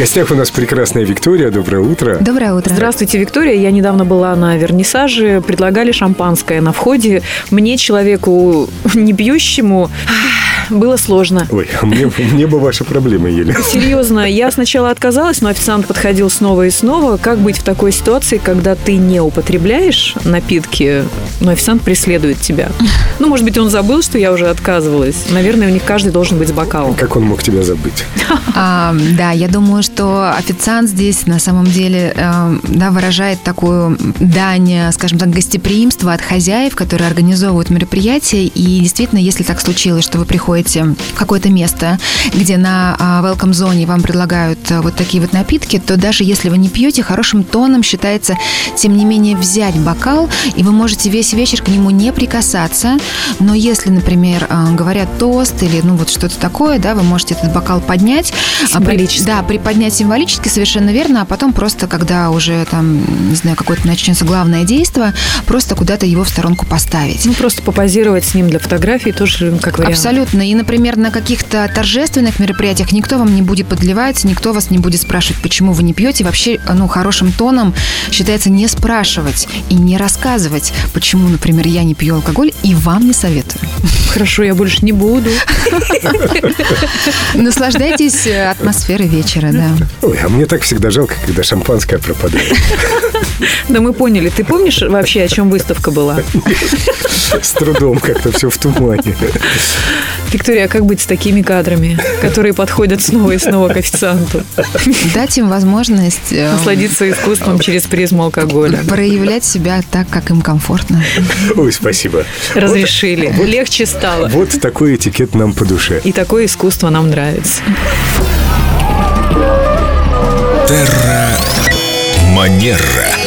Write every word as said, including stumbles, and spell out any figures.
гостях у нас прекрасная Виктория. Доброе утро. Доброе утро. Здравствуйте, Виктория. Я недавно была на вернисаже. Предлагали шампанское на входе. Мне, человеку не пьющему, было сложно. Ой, мне, мне бы ваши проблемы, Еля. Серьезно, я сначала отказалась, но официант подходил снова и снова. Как быть в такой ситуации, когда ты не употребляешь напитки, но официант преследует тебя? Ну, может быть, он забыл, что я уже отказывалась. Наверное, у них каждый должен быть с бокалом. Как он мог тебя забыть? А, да, я думаю, что официант здесь на самом деле э, да, выражает такую дань, скажем так, гостеприимства от хозяев, которые организовывают мероприятия. И действительно, если так случилось, что вы приходите в какое-то место, где на welcome зоне вам предлагают вот такие вот напитки, то даже если вы не пьете, хорошим тоном считается, тем не менее, взять бокал, и вы можете весь вечер к нему не прикасаться. Но если, например, говорят тост или ну вот что-то такое, да, вы можете этот бокал поднять. Символически. Да, приподнять символически, совершенно верно, а потом просто, когда уже там, не знаю, какое-то начнется главное действие, просто куда-то его в сторонку поставить. Ну, просто попозировать с ним для фотографии тоже как вариант. Абсолютно. И, например, на каких-то торжественных мероприятиях никто вам не будет подливать, никто вас не будет спрашивать, почему вы не пьете. Вообще, ну, хорошим тоном считается не спрашивать и не рассказывать, почему, например, я не пью алкоголь и вам не советую. Хорошо, я больше не буду. Наслаждайтесь атмосферой вечера, да. Ой, а мне так всегда жалко, когда шампанское пропадает. Да мы поняли. Ты помнишь вообще, о чем выставка была? С трудом как-то все в тумане. Виктория, а как быть с такими кадрами, которые подходят снова и снова к официанту? Дать им возможность насладиться искусством через призму алкоголя. Проявлять себя так, как им комфортно. Ой, спасибо. Разрешили. Вот, Легче стало. Вот такой этикет нам по душе. И такое искусство нам нравится. Терра Манера.